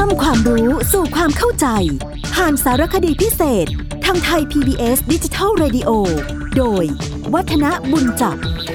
ำความรู้สู่ความเข้าใจผ่านสารคดีพิเศษทางไทย PBS Digital Radio โดยวัฒนบุญจับ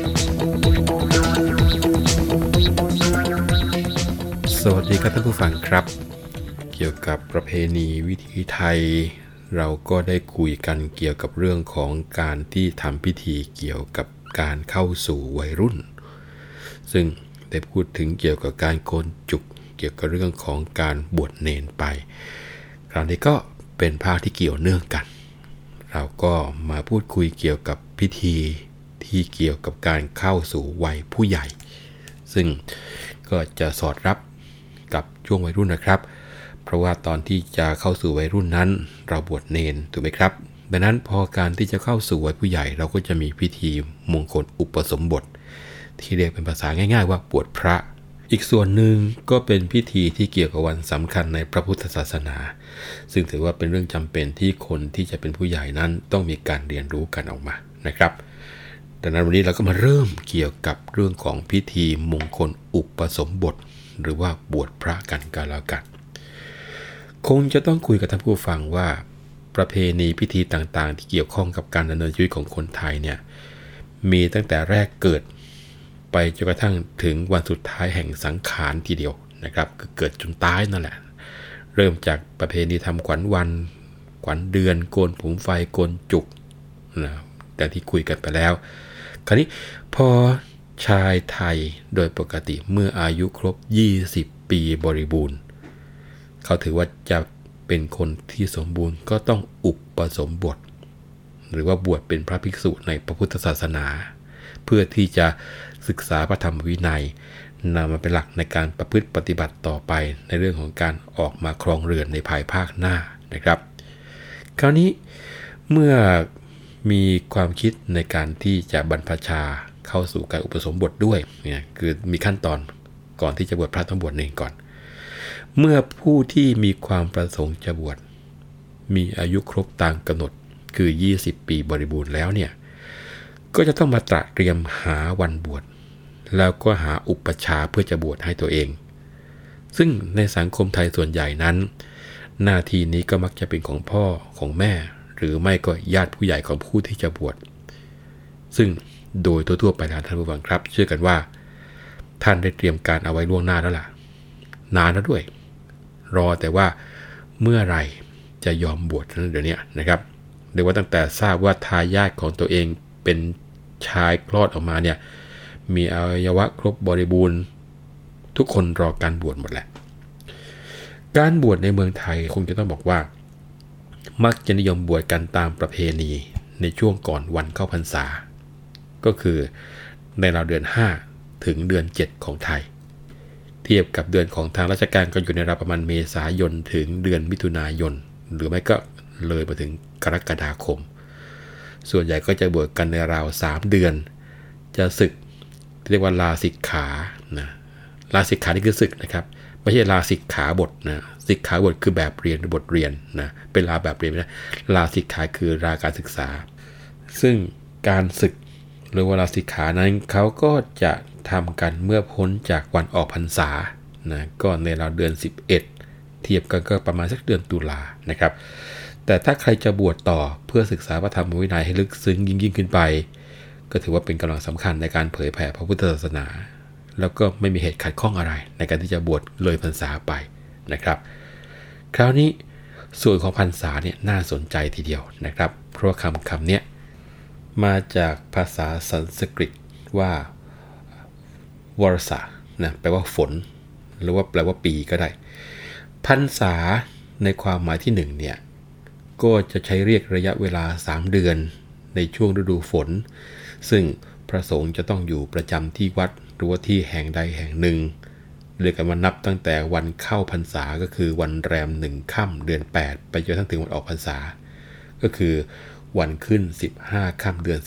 สวัสดีครับท่านผู้ฟังครับเกี่ยวกับประเพณีวิถีไทยเราก็ได้คุยกันเกี่ยวกับเรื่องของการที่ทำพิธีเกี่ยวกับการเข้าสู่วัยรุ่นซึ่งได้พูดถึงเกี่ยวกับการโกนจุกเกี่ยวกับเรื่องของการบวชเณรไปคราวนี้ก็เป็นภาคที่เกี่ยวเนื่องกันเราก็มาพูดคุยเกี่ยวกับพิธีที่เกี่ยวกับการเข้าสู่วัยผู้ใหญ่ซึ่งก็จะสอดรับกับช่วงวัยรุ่นนะครับเพราะว่าตอนที่จะเข้าสู่วัยรุ่นนั้นเราบวชเณรถูกไหมครับดังนั้นพอการที่จะเข้าสู่วัยผู้ใหญ่เราก็จะมีพิธีมงคลอุปสมบทที่เรียกเป็นภาษาง่ายๆว่าบวชพระอีกส่วนหนึ่งก็เป็นพิธีที่เกี่ยวกับวันสำคัญในพระพุทธศาสนาซึ่งถือว่าเป็นเรื่องจำเป็นที่คนที่จะเป็นผู้ใหญ่นั้นต้องมีการเรียนรู้กันออกมานะครับดังนั้นวันนี้เราก็มาเริ่มเกี่ยวกับเรื่องของพิธีมงคลอุปสมบทหรือว่าบวชพระกันแล้วกันคงจะต้องคุยกับท่านผู้ฟังว่าประเพณีพิธีต่างๆที่เกี่ยวข้องกับการดำเนินชีวิตของคนไทยเนี่ยมีตั้งแต่แรกเกิดไปจนกระทั่งถึงวันสุดท้ายแห่งสังขารทีเดียวนะครับคือเกิดจนตายนั่นแหละเริ่มจากประเพณีทำขวัญวันขวัญเดือนโกนผมไฟโกนจุกนะแต่ที่คุยกันไปแล้วคราวนี้พอชายไทยโดยปกติเมื่ออายุครบ20ปีบริบูรณ์เขาถือว่าจะเป็นคนที่สมบูรณ์ก็ต้องอุปสมบทหรือว่าบวชเป็นพระภิกษุในพระพุทธศาสนาเพื่อที่จะศึกษาพระธรรมวินัยนำมาเป็นหลักในการประพฤติปฏิบัติต่อไปในเรื่องของการออกมาครองเรือนในภายภาคหน้านะครับคราวนี้เมื่อมีความคิดในการที่จะบรรพชาเข้าสู่การอุปสมบทด้วยเนี่ยคือมีขั้นตอนก่อนที่จะบวชพระต้องบวชเองก่อนเมื่อผู้ที่มีความประสงค์จะบวชมีอายุครบตามกำหนดคือ20ปีบริบูรณ์แล้วเนี่ยก็จะต้องมาตระเตรียมหาวันบวชแล้วก็หาอุปชาเพื่อจะบวชให้ตัวเองซึ่งในสังคมไทยส่วนใหญ่นั้นหน้าที่นี้ก็มักจะเป็นของพ่อของแม่หรือไม่ก็ญาติผู้ใหญ่ของผู้ที่จะบวชซึ่งโดยทั่วๆไปท่านผู้ฟังครับเชื่อกันว่าท่านได้เตรียมการเอาไว้ล่วงหน้าแล้วล่ะนานแล้วด้วยรอแต่ว่าเมื่อไหร่จะยอมบวชนั้นเดี๋ยวนี้นะครับเรียกว่าตั้งแต่ทราบว่าทายาทของตัวเองเป็นชายคลอดออกมาเนี่ยมีอวัยวะครบบริบูรณ์ทุกคนรอการบวชหมดแหละการบวชในเมืองไทยคงจะต้องบอกว่ามักจะนิยมบวชกันตามประเพณีในช่วงก่อนวันเข้าพรรษาก็คือในราวเดือน5ถึงเดือน7ของไทยเทียบกับเดือนของทางราชการก็อยู่ในราวประมาณเมษายนถึงเดือนมิถุนายนหรือไม่ก็เลยมาถึงกรกฎาคมส่วนใหญ่ก็จะบวชกันในราว3เดือนจะศึกเรียกว่าลาสิกขานะลาสิกขานี่คือศึกนะครับไม่ใช่ลาสิกขาบทนะสิกขาบทคือแบบเรียนหรือบทเรียนนะเป็นลาแบบเรียนนะลาสิกขาคือลาการศึกษาซึ่งการศึกหรือว่าลาสิกขานั้นเขาก็จะทำกันเมื่อพ้นจากวันออกพรรษานะก็ในราวเดือน11เทียบกันก็ประมาณสักเดือนตุลานะครับแต่ถ้าใครจะบวชต่อเพื่อศึกษาพระธรรมวินัยให้ลึกซึ้งยิ่งขึ้นไปก็ถือว่าเป็นกำลังสำคัญในการเผยแผ่พระพุทธศาสนาแล้วก็ไม่มีเหตุขัดข้องอะไรในการที่จะบวชเลยพรรษาไปนะครับคราวนี้ส่วนของพรรษาเนี่ยน่าสนใจทีเดียวนะครับเพราะว่าคำนี้มาจากภาษาสันสกฤตว่าวรสะนะแปลว่าฝนหรือว่าแปลว่าปีก็ได้พรรษาในความหมายที่1เนี่ยก็จะใช้เรียกระยะเวลา3เดือนในช่วงฤดูฝนซึ่งพระสงฆ์จะต้องอยู่ประจำที่วัดหรือว่าที่แห่งใดแห่งหนึ่งเรียกกันว่านับตั้งแต่วันเข้าพรรษาก็คือวันแรม1ค่ำเดือน8ไปจนถึงวันออกพรรษาก็คือวันขึ้น15ค่ำเดือน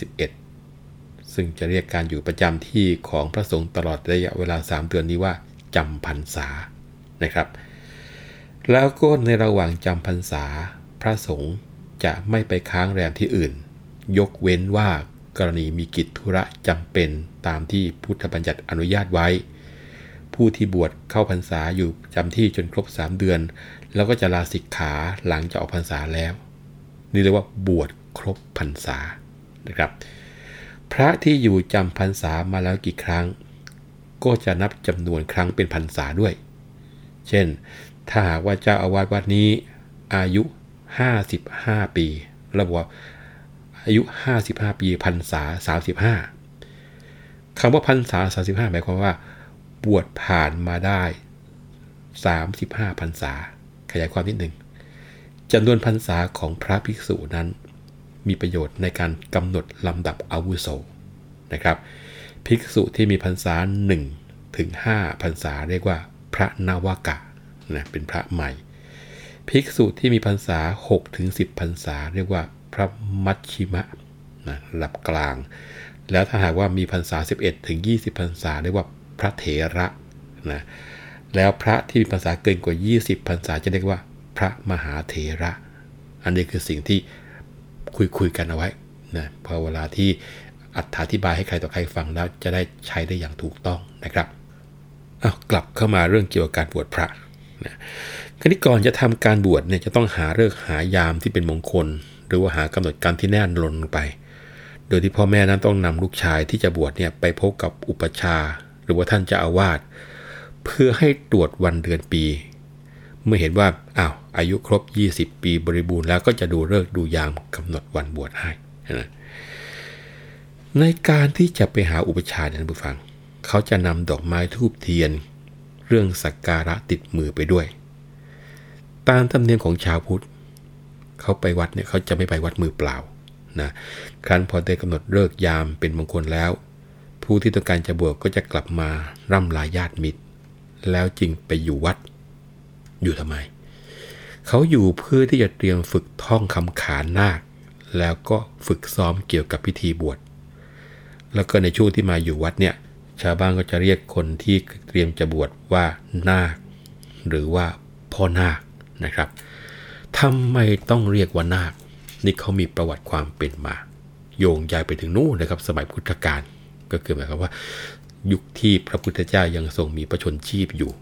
11ซึ่งจะเรียกการอยู่ประจำที่ของพระสงฆ์ตลอดระยะเวลา3เดือนนี้ว่าจำพรรษานะครับแล้วก็ในระหว่างจำพรรษาพระสงฆ์จะไม่ไปค้างแรมที่อื่นยกเว้นว่ากรณีมีกิจธุระจำเป็นตามที่พุทธบัญญัติอนุญาตไว้ ผผู้ที่บวชเข้าพรรษาอยู่จำที่จนครบ3 เดือนแล้วก็จะลาสิกขาหลังจากออกพรรษาแล้วนี่เรียกว่าบวชครบพรรษานะครับพระที่อยู่จำพรรษามาแล้วกี่ครั้งก็จะนับจำนวนครั้งเป็นพรรษาด้วยเช่นถ้าหากว่าเจ้าอาวาสวัดนี้อายุ55 ปีระบุว่าอายุ55 ปีพรรษา35คำว่าพรรษา35หมายความว่าบวชผ่านมาได้35 พรรษาขยายความนิดหนึ่งจำนวนพรรษาของพระภิกษุนั้นมีประโยชน์ในการกำหนดลำดับอาวุโสนะครับภิกษุที่มีพรรษา1 ถึง 5 พรรษาเรียกว่าพระนวากะนะเป็นพระใหม่ภิกษุที่มีพรรษา6 ถึง 10 พรรษาเรียกว่าพระมัชชิมะนะระดับกลางแล้วถ้าหากว่ามีพรรษา11 ถึง 20 พรรษาเรียกว่าพระเถระนะแล้วพระที่มีพรรษาเกินกว่า20 พรรษาจะเรียกว่าพระมหาเถระอันนี้คือสิ่งที่คุยกันเอาไว้นะพอเวลาที่อธิบายให้ใครต่อใครฟังแล้วจะได้ใช้ได้อย่างถูกต้องนะครับกลับเข้ามาเรื่องเกี่ยวกับการบวชพระนะคราวนี้ก่อนจะทำการบวชเนี่ยจะต้องหาฤกษ์หายามที่เป็นมงคลหรือว่าหากำหนดการที่แน่นลงไปโดยที่พ่อแม่นั้นต้องนำลูกชายที่จะบวชเนี่ยไปพบกับอุปัชฌาย์หรือว่าท่านเจ้าอาวาสเพื่อให้ตรวจวันเดือนปีเมื่อเห็นว่าอายุครบ20 ปีบริบูรณ์แล้วก็จะดูฤกษ์ดูยามกำหนดวันบวชให้นะในการที่จะไปหาอุปัชฌาย์ท่านผู้ฟังเขาจะนำดอกไม้ธูปเทียนเรื่องสักการะติดมือไปด้วยตามธรรมเนียมของชาวพุทธเขาไปวัดเนี่ยเขาจะไม่ไปวัดมือเปล่านะครั้นพอได้กำหนดฤกษ์ยามเป็นมงคลแล้วผู้ที่ต้องการจะบวชก็จะกลับมาร่ำลาญาติมิตรแล้วจึงไปอยู่วัดอยู่ทำไมเขาอยู่เพื่อที่จะเตรียมฝึกท่องคำขานนาคแล้วก็ฝึกซ้อมเกี่ยวกับพิธีบวชแล้วก็ในช่วงที่มาอยู่วัดเนี่ยชาวบ้านก็จะเรียกคนที่เตรียมจะบวชว่านาคหรือว่าพ่อนาคนะครับทำไมต้องเรียกว่านาคนี่เขามีประวัติความเป็นมาโยงใยไปถึงนู่นนะครับสมัยพุทธกาลก็คือหมายความว่ายุคที่พระพุทธเจ้ายังทรงมีพระชนชีพอยู่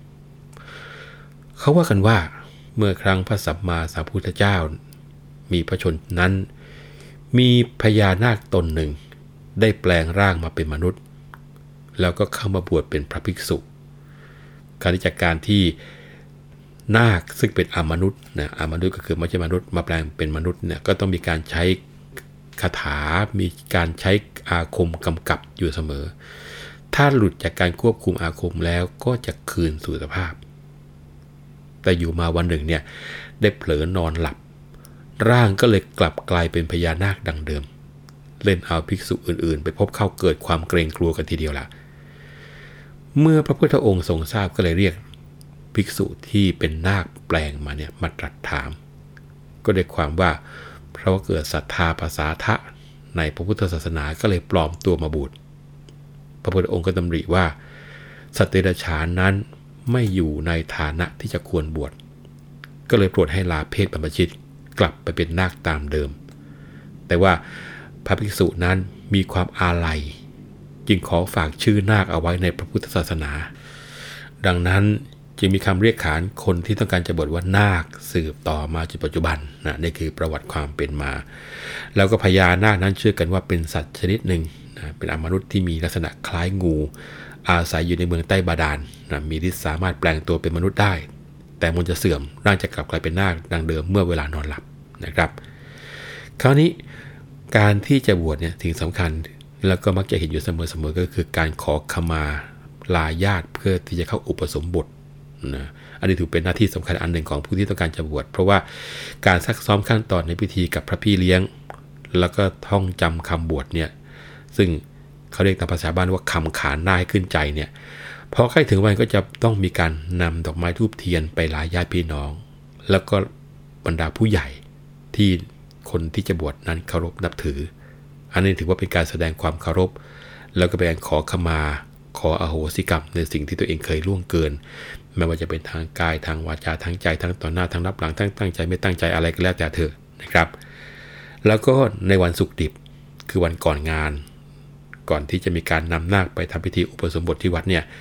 เขาว่ากันว่าเมื่อครั้งพระสัมมาสัมพุทธเจ้ามีพระชนนั้นมีพญานาคตนหนึ่งได้แปลงร่างมาเป็นมนุษย์แล้วก็เข้ามาบวชเป็นพระภิกษุการที่จากการที่นาคซึ่งเป็นอมนุษย์นะอมนุษย์ก็คือไม่ใช่มนุษย์มาแปลงเป็นมนุษย์เนี่ยก็ต้องมีการใช้คาถามีการใช้อาคมกำกับอยู่เสมอถ้าหลุดจากการควบคุมอาคมแล้วก็จะคืนสู่สภาพแต่อยู่มาวันหนึ่งเนี่ยได้เผลอนอนหลับร่างก็เลยกลับกลายเป็นพญานาคดังเดิมเล่นเอาภิกษุอื่นๆไปพบเข้าเกิดความเกรงกลัวกันทีเดียวละเมื่อพระพุทธองค์ทรงทราบก็เลยเรียกภิกษุที่เป็นนาคแปลงมาเนี่ยมาตรัสถามก็ได้ความว่าเพราะว่าเกิดศรัทธาภาษาทะในพระพุทธศาสนาก็เลยปลอมตัวมาบวชพระพุทธองค์ก็ดำริว่าสัตว์เดรัจฉานนั้นไม่อยู่ในฐานะที่จะควรบวชก็เลยโปรดให้ลาเพศบรรพชิตกลับไปเป็นนาคตามเดิมแต่ว่าพระภิกษุนั้นมีความอาลัยจึงขอฝากชื่อนาคเอาไว้ในพระพุทธศาสนาดังนั้นจึงมีคำเรียกขานคนที่ต้องการจะบวชว่านาคสืบต่อมาจนปัจจุบันนะนี่คือประวัติความเป็นมาแล้วก็พญานาคนั้นเชื่อกันว่าเป็นสัตว์ชนิดหนึ่งนะเป็นอมนุษย์ที่มีลักษณะคล้ายงูอาศัยอยู่ในเมืองใต้บาดาลนะมีฤทธิ์สามารถแปลงตัวเป็นมนุษย์ได้แต่มันจะเสื่อมร่างจะกลับกลายเป็นนาคดังเดิมเมื่อเวลานอนหลับนะครับคราวนี้การที่จะบวชเนี่ยสิ่งสำคัญแล้วก็มักจะเห็นอยู่เสมอๆก็คือการขอขมาลาญาติเพื่อที่จะเข้าอุปสมบทนะอันนี้ถือเป็นหน้าที่สำคัญอันหนึ่งของผู้ที่ต้องการจะบวชเพราะว่าการซักซ้อมขั้นตอนในพิธีกับพระพี่เลี้ยงแล้วก็ท่องจำคำบวชเนี่ยซึ่งเขาเรียกตามภาษาบ้านว่าคำขานหน้าให้ขึ้นใจเนี่ยพอใกล้ถึงวันก็จะต้องมีการนำดอกไม้ธูปเทียนไปลาญาติพี่น้องแล้วก็บรรดาผู้ใหญ่ที่คนที่จะบวชนั้นเคารพนับถืออันนี้ถือว่าเป็นการแสดงความเคารพแล้วก็เป็นการขอขมาขออโหสิกรรมในสิ่งที่ตัวเองเคยล่วงเกินไม่ว่าจะเป็นทางกายทางวาจาทางใจทั้งต่อหน้าทั้งรับหลังทั้งตั้งใจไม่ตั้งใจอะไรก็แล้วแต่เธอนะครับแล้วก็ในวันศุกร์ดิบคือวันก่อนงานก่อนที่จะมีการนำนาคไปทำพิธีอุปสมบทที่วัดเนี่ย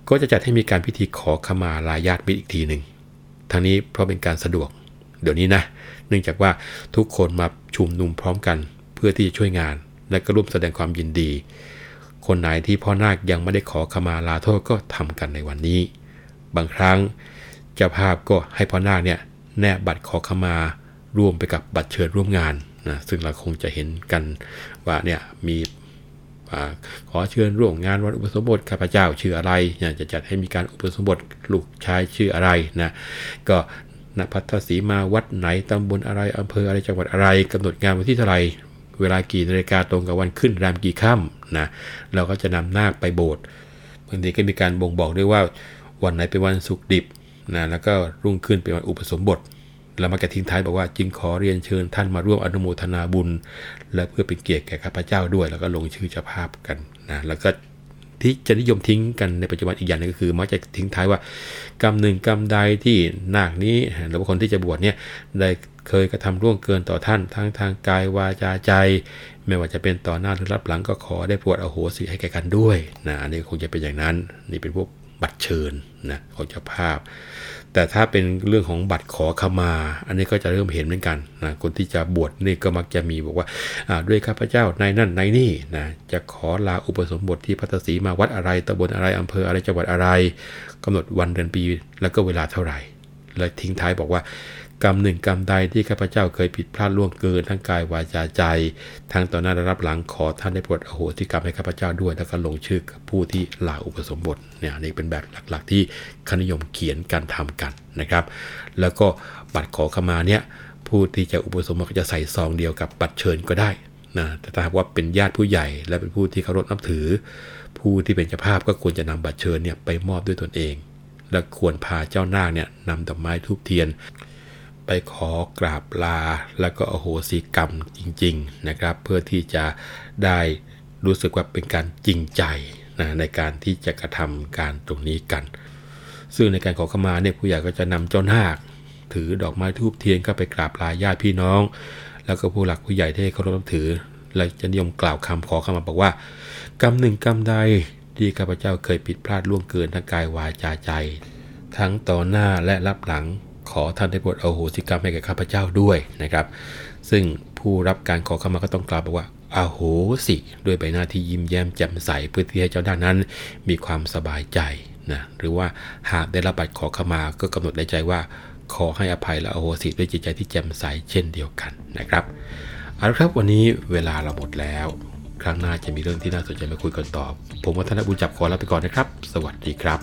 ก็จะจัดให้มีการพิธีขอขมาลาญาติมิตรอีกทีหนึ่งทั้งนี้เพราะเป็นการสะดวกเดี๋ยวนี้นะเนื่องจากว่าทุกคนมาชุมนุมพร้อมกันเพื่อที่จะช่วยงานและก็ร่วมแสดงความยินดีคนไหนที่พ่อนาคยังไม่ได้ขอขมาลาโทษก็ทำกันในวันนี้บางครั้งเจ้าภาพก็ให้พ่อนาคเนี่ยแนบบัตรขอขมาร่วมไปกับบัตรเชิญร่วมงานนะซึ่งเราคงจะเห็นกันว่าเนี่ยมีขอเชิญร่วมงานวันอุปสมบทข้าพเจ้าชื่ออะไรจะจัดให้มีการอุปสมบทลูกชายชื่ออะไรนะก็ณพัทธสีมาวัดไหนตำบลอะไรอำเภออะไรจังหวัดอะไรกำหนดงานวันที่เท่าไรเวลากี่นาฬิกาตรงกับวันขึ้นแรมกี่ค่ำนะเราก็จะนำนาคไปโบสถ์บางทีก็มีการบ่งบอกด้วยว่าวันไหนเป็นวันศุกร์ดิบนะแล้วก็รุ่งขึ้นเป็นวันอุปสมบทแล้วมาแกทิ้งท้ายบอกว่าจึงขอเรียนเชิญท่านมาร่วมอนุโมทนาบุญและเพื่อเป็นเกียรติแก่ข้าพเจ้าด้วยแล้วก็ลงชื่อเจ้าภาพกันนะแล้วก็ที่จะนิยมทิ้งกันในปัจจุบันอีกอย่างนึงก็คือมักจะทิ้งท้ายว่ากรรมหนึ่งกรรมใดที่นาคนี้หรือว่าคนที่จะบวชเนี่ยได้เคยกระทำร่วงเกินต่อท่านทั้งทางกายวาจาใจไม่ว่าจะเป็นต่อหน้าหรือรับหลังก็ขอได้โปรดอโหสิให้แก่กันด้วยนะอันนี้คงจะเป็นอย่างนั้นนี่เป็นพวกบัตรเชิญนะของเจ้าภาพแต่ถ้าเป็นเรื่องของบัตรขอขมาอันนี้ก็จะเริ่มเห็นเหมือนกันนะคนที่จะบวชนี่ก็มักจะมีบอกว่าด้วยข้าพเจ้าในนั่นในนี่นะจะขอลาอุปสมบทที่พัทธสีมาวัดอะไรตำบลอะไรอำเภออะไรจังหวัดอะไรกำหนดวันเดือนปีแล้วก็เวลาเท่าไหร่และทิ้งท้ายบอกว่ากรรมหนึ่งกรรมใดที่ข้าพเจ้าเคยผิดพลาดล่วงเกินทั้งกายวาจาใจทั้งต่อหน้าและรับหลังขอท่านได้โปรดอโหสิกรรมให้ข้าพเจ้าด้วยแล้วก็ลงชื่อกับผู้ที่ลาอุปสมบทเนี่ยนี่เป็นแบบหลักๆที่คณะนิยมเขียนการทำกันนะครับแล้วก็บัตรขอขมาเนี่ยผู้ที่จะอุปสมบทก็จะใส่ซองเดียวกับบัตรเชิญก็ได้นะแต่ถ้าว่าเป็นญาติผู้ใหญ่และเป็นผู้ที่เคารพนับถือผู้ที่เป็นเจ้าภาพก็ควรจะนำบัตรเชิญเนี่ยไปมอบด้วยตนเองและควรพาเจ้านาคเนี่ยนำดอกไม้ธูปเทียนไปขอกราบลาแล้วก็อโหสิกรรมจริงๆนะครับเพื่อที่จะได้รู้สึกว่าเป็นการจริงใจนะในการที่จะกระทำการตรงนี้กันซึ่งในการขอขมาเนี่ยผู้ใหญ่ก็จะนำเจ้านาคถือดอกไม้ธูปเทียนก็ไปกราบลาญาติพี่น้องแล้วก็ผู้หลักผู้ใหญ่ที่เคารพนับถือและจะนิยมกล่าวคำขอขมาบอกว่ากรรมหนึ่งกรรมใดที่ข้าพเจ้าเคยผิดพลาดล่วงเกินทั้งกายวาจาใจทั้งต่อหน้าและรับหลังขอท่านได้โปรดอโหสิกรรมให้แก่ข้าพเจ้าด้วยนะครับซึ่งผู้รับการขอขมาก็ต้องกล่าวบอกว่าอโหสิด้วยใบหน้าที่ยิ้มแย้มแจ่มใสเพื่อที่ให้เจ้าด้านนั้นมีความสบายใจนะหรือว่าหากได้รับบัตรขอขมาก็กำหนดในใจว่าขอให้อภัยและอโหสิด้วยจิตใจที่แจ่มใสเช่นเดียวกันนะครับเอาละครับวันนี้เวลาเราหมดแล้วครั้งหน้าจะมีเรื่องที่น่าสนใจมาคุยกันต่อผมวัฒนบุญจับขอลาไปก่อนนะครับสวัสดีครับ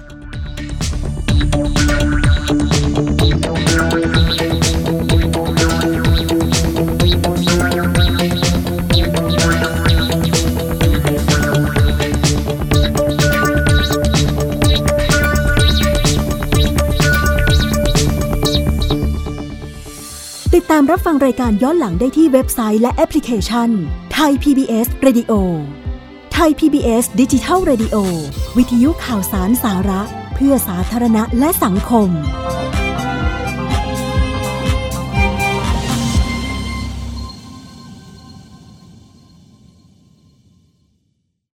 ติดตามรับฟังรายการย้อนหลังได้ที่เว็บไซต์และแอปพลิเคชัน Thai PBS Radio Thai PBS Digital Radio วิทยุข่าวสารสาระเพื่อสาธารณะและสังคม